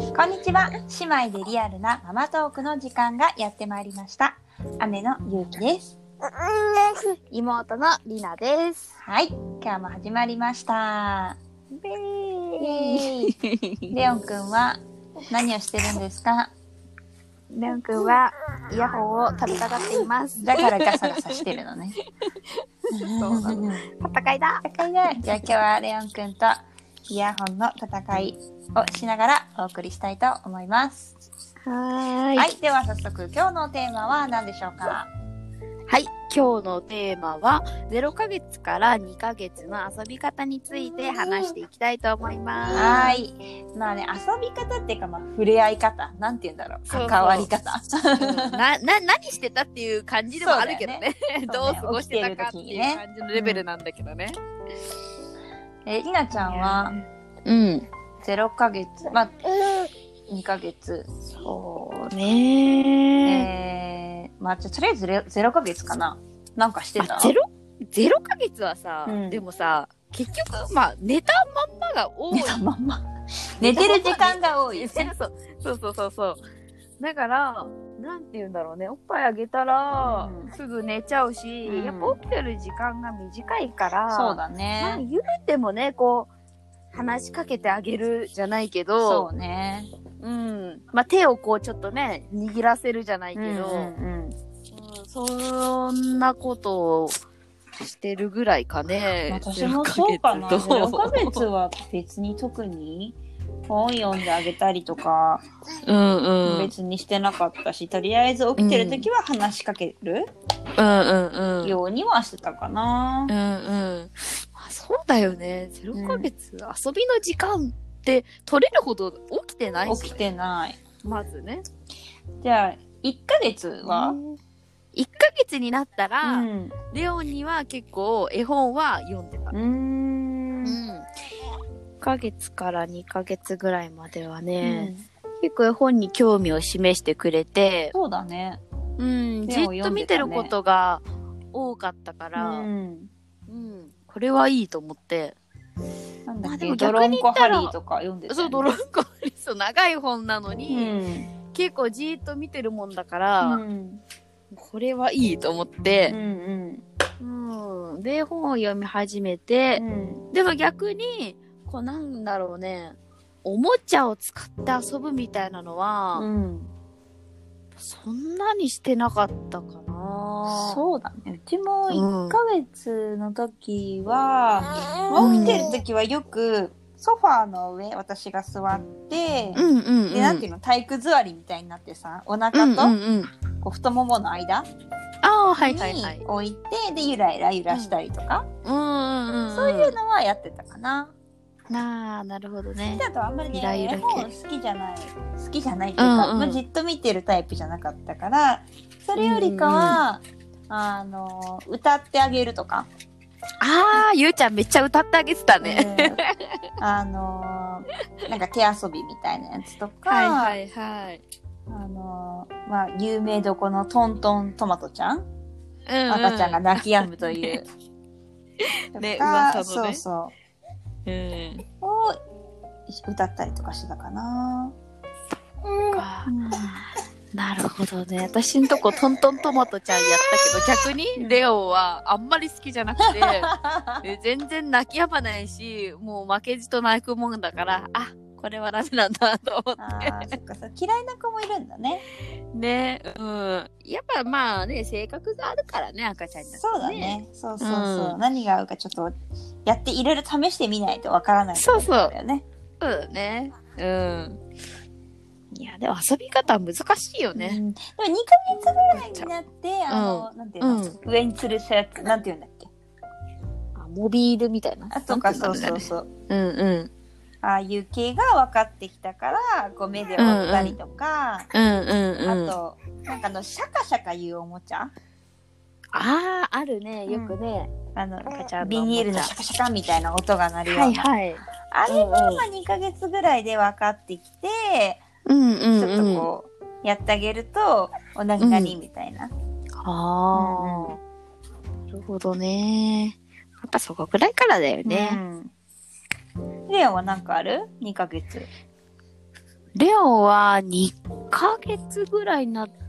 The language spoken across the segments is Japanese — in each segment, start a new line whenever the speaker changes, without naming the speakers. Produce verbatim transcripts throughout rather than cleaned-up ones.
こんにちは。姉妹でリアルなママトークの時間がやってまいりました。姉のゆうきです。
妹のりなです。
はい、今日も始まりました。イエーイ。レオンくんは何をしてるんですか？
レオンくんはイヤホンを食べたがっています。
だからガサガサしてるのね。
そうなの。戦いだ。
戦いだ。じゃあ今日はレオンくんとイヤホンの戦いをしながらお送りしたいと思います。
はーい。
はい、では早速今日のテーマは何でしょうか？
はい、今日のテーマはゼロかげつからにかげつの遊び方について話していきたいと思います。
はい。まあね、遊び方っていうか、まあ、触れ合い方。なんて言うんだろう。
そうそう
関わり方。
うん、な、な、何してたっていう感じでもあるけどね。
そうだよね
どう過ごしてたかっていう感じのレベルなんだけどね。
え、りなちゃんは、
うん。
ゼロかげつ、まあ、にかげつ。
そうね
えー、まあ、じゃあとりあえずゼロ、ゼロかげつかな。なんかしてた？
ゼロ、ゼロかげつはさ、
うん、
でもさ、結局、まあ、寝たまんまが多い。
寝たまんま。寝てる時間が多いですね。
そうそうそうそうそう。だから、なんて言うんだろうね。おっぱいあげたら、
うん、
すぐ寝ちゃうし、うん、やっぱ起きてる時間が短いから、
そうだね。
まあ、言うてもね、こう、話しかけてあげるじゃないけど、
そうね。
うん。まあ、手をこう、ちょっとね、握らせるじゃないけど、うんうんうん
うん、
そんなことをしてるぐらいかね。
私もそうかな。ゼロかげつは別に特に本読んであげたりとか、
うんうん、
別にしてなかったし、とりあえず起きてるときは話しかける、
うんうんうん、
ようにはしてたかな。
うんうん。そうだよね。ゼロかげつ、うん、遊びの時間って取れるほど起きてないし、ね、
起きてない。
まずね。
じゃあ、いっかげつは、
いっかげつになったら、
うん、
レオンには結構絵本は読んでた。
うーん。
うん。いっかげつからにかげつぐらいまではね、うん、結構絵本に興味を示してくれて、
そうだね。
うん、じっと見てることが多かったから、
うん、
うん、これはいいと思って。
なんだっけ、まあ、ドロンコハリーとか読んでたよね。
そう、ドロンコハリー、そう、長い本なのに、うん、結構じーっと見てるもんだから、うん、これはいいと思って、うんうんうん、で、本を読み始めて、うん、でも逆に、こうなんだろうね、おもちゃを使って遊ぶみたいなのは、うん、そんなにしてなかったかな。
そうだね。うちもいっかげつの時は、うん、起きてる時はよくソファーの上、私が座って、うんうんうん、で、なんていうの、体育座りみたいになってさ、お腹と、うんうんうん、こう太ももの間
あ、はいはいはい、
に置いて、で、ゆらゆら揺らしたりとか、
うんうんうん、
そういうのはやってたかな。
なあ、なるほどね。
だとあんまりね、
イライラ
絵本好きじゃない、好きじゃないっていうか、うんうん、じっと見てるタイプじゃなかったから、それよりかは、うんうん、あの、歌ってあげるとか。
ああ、ゆうちゃんめっちゃ歌ってあげてたね。
うん、あの、なんか手遊びみたいなやつとか、
はいはいはい。
あの、まあ、有名どこのトントントマトちゃん、うんうん、赤ちゃんが泣き止むという。
ね、噂のね。
そうそう。うん、を歌ったりとかしてたかな。
うん、なるほどね。私んとこトントントマトちゃんやったけど、逆にレオはあんまり好きじゃなくて、全然泣き止まないし、もう負けじと泣くもんだから、あ、これはダメなんだと思って。
あそっか、そう嫌いな子もいるんだね。
ね、うん。やっぱまあね、性格があるからね、赤ちゃんになって、ね。
そうだね。そうそうそう。うん、何が合うかちょっとやっていろいろ試してみないとわからないことだよね。
そうそう。そうだね。うん。いや、でも遊び方は難しいよね。うん、
でもにかげつぐらいになって、あの、うん、なんていうの、うん、上に吊るしたやつ、なんていうんだっけ。
あ、モビールみたいな。
あとか、そうそうそう。
うんうん。
ああいう系が分かってきたから、こう目で追ったりとか、
うんうんうん、
あと、なんかの、シャカシャカいうおもちゃ
ああ、あるね、よくね。
うん、あの、ビニールのシャカシャカみたいな音が鳴るような。はいはい。あれが今にかげつぐらいで分かってきて、うんうんうん、ちょっとこう、やってあげると、おなになにみたいな。うん、
ああ、うんうん、なるほどね。やっぱそこくらいからだよね。
うん、レオンは何かある ?に ヶ月。
レオンはにかげつぐらいになって、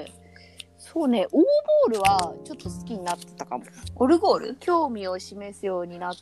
そうね、オーボールはちょっと好きになってたかも。
オルゴール？
興味を示すようになって、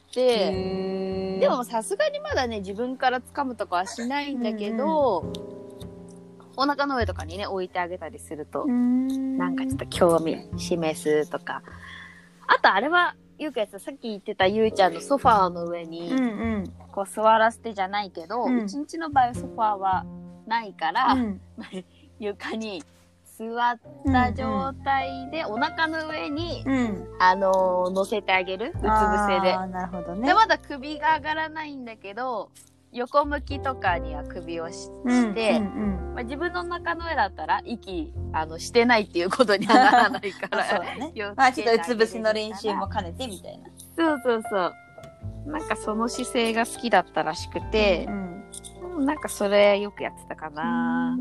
でもさすがにまだね、自分から掴むとかはしないんだけど、うんうん、お腹の上とかにね、置いてあげたりすると、なんかちょっと興味示すとか。あとあれは、よくやつ、さっき言ってたゆうちゃんのソファーの上に、うんうん、こう座らせてじゃないけど、うん、うちんちの場合はソファーはないから、うん、床に座った状態で、お腹の上に、うん、あのー、乗せてあげる。うつ伏せで。
なるほどね。
で、まだ首が上がらないんだけど、横向きとかには首を し, して、うんうんうんまあ、自分の中の上だったら息あのしてないっていうことにはならないから
そうだね。まあちょっとうつ伏せの練習も兼ねてみたいな。
そうそうそう。なんかその姿勢が好きだったらしくて、うんうん、なんかそれよくやってたかな。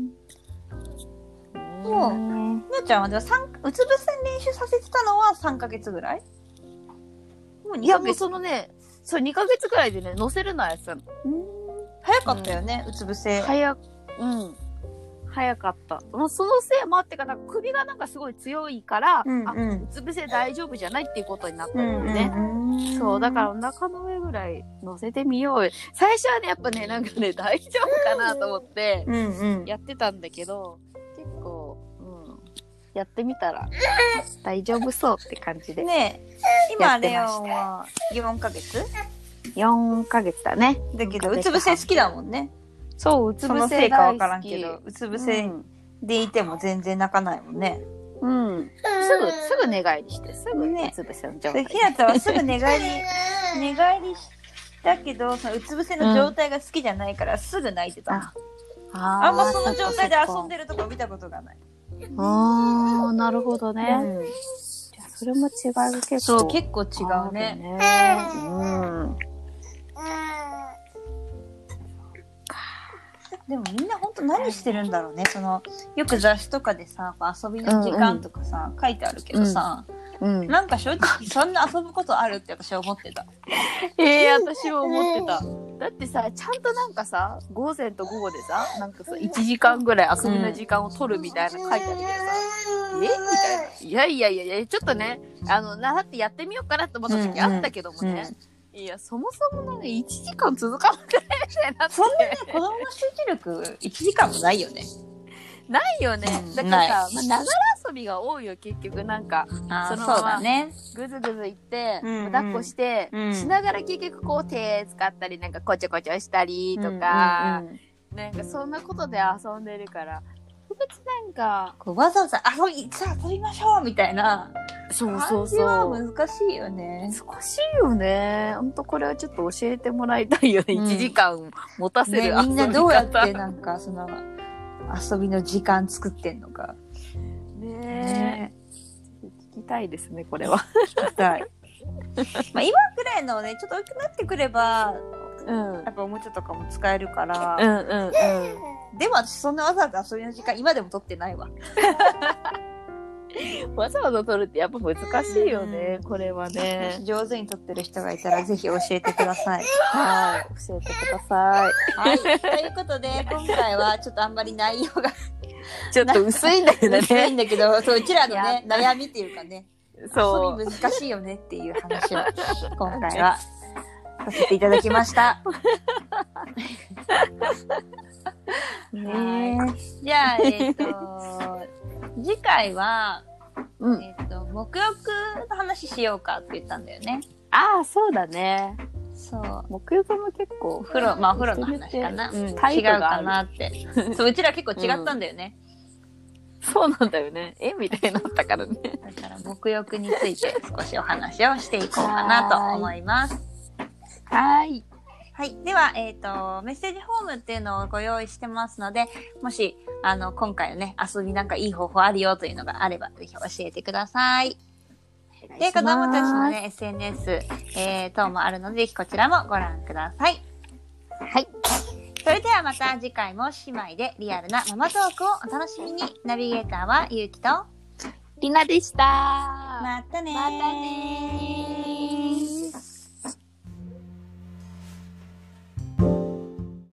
もう、みおちゃんはでもうつ伏せ練習させてたのはさんかげつぐらい？
もうにかげつ。いやもうそのね、そうにかげつくらいでね乗せるのやつ。
早かったよね、うん、うつ伏せ。
早うん早かった。もうそのせいもあってかなんか首がなんかすごい強いから、うんうん、あうつ伏せ大丈夫じゃないっていうことになったんだよね。うんうん、そうだからお腹の上ぐらい乗せてみようよ。最初はねやっぱねなんかね大丈夫かなと思ってやってたんだけど、結構、うん、やってみたら大丈夫そうって感じで。
ねえ今レオンはよんかげつ？
よんかげつだね。
だけどうつ伏せ好きだもんね。
そう、うつ伏せ大好き。そのせいかわからんけど、
うつ伏せでいても全然泣かないもんね。
うん。すぐ、すぐ寝返りして、すぐうつ伏せの状態。
ひなたはすぐ寝返り、寝返りしたけど、そのうつ伏せの状態が好きじゃないから、すぐ泣いてた。うん、ああんまその状態で遊んでるとこ見たことがない。
ああ、なるほどね。うん、じゃあそれも違いが結構。
そう、結構違うね。ねうん。でもみんな本当何してるんだろうね。そのよく雑誌とかでさ遊びの時間とかさ、うんうん、書いてあるけどさ、うんうん、なんか正直そんな遊ぶことあるって私は思ってた。
ええー、私も思ってた。だってさちゃんとなんかさ午前と午後でさなんかさいちじかんぐらい遊びの時間を取るみたいな書いてあるけどさ、うん、えみたいな。いやいやいやいやちょっとねあの習ってやってみようかなって思った時あったけどもね。うんうんうんいや、そもそもね、いちじかん続かなくないみたいなって。
そんなね、子供の集中力いちじかんもないよね。
ないよね。うん、だからさ、まあ、ながら遊びが多いよ、結局。なんか、
そのままね、
ぐずぐずいって、うんうん、抱っこして、うん、しながら結局こう手使ったり、なんかこちょこちょしたりとか、うんうんうん、なんかそんなことで遊んでるから、別なんか
こうわざわざ遊び、さあ遊びましょうみたいな。そうそうそう。感じは難しいよね。
難しいよね。ほんとこれはちょっと教えてもらいたいよね。うん、いちじかん持たせる遊び方、
ね。みんなどうやってなんかその遊びの時間作ってんのか。
ねえ。ね聞きたいですね、これは。
聞きたい。まあ今くらいのね、ちょっと大きくなってくれば、うん、やっぱおもちゃとかも使えるから。うんうんうん。でも私そんなわざわざ遊びの時間今でも取ってないわ。
わざわざ取るってやっぱ難しいよね、これはね。
上手に取ってる人がいたらぜひ教えてください。
はい、教えてください。
はい、ということで今回はちょっとあんまり内容が
ちょっと薄いんだけどね。
薄いんだけど、そううちらのね悩みっていうかね、そう遊び難しいよねっていう話を今回はさせていただきました。ねじゃあえっと次回は、うん、えっと沐浴の話しようかって言ったんだよね。
ああそうだね。
そう
沐浴も結構
風呂まあ風呂の話かな、うん、違うかなってそううちら結構違ったんだよね、
うん、そうなんだよねえみたいになったからね。
だから沐浴について少しお話をしていこうかなと思います。
はい
はい。では、えっと、メッセージフォームっていうのをご用意してますので、もし、あの、今回のね、遊びなんかいい方法あるよというのがあれば、ぜひ教えてください。で、子供たちのね、エスエヌエス、えー、等もあるので、ぜひこちらもご覧ください。はい。それではまた次回も姉妹でリアルなママトークをお楽しみに。ナビゲーターはゆうきと
りなでした。
またねー。
またねー。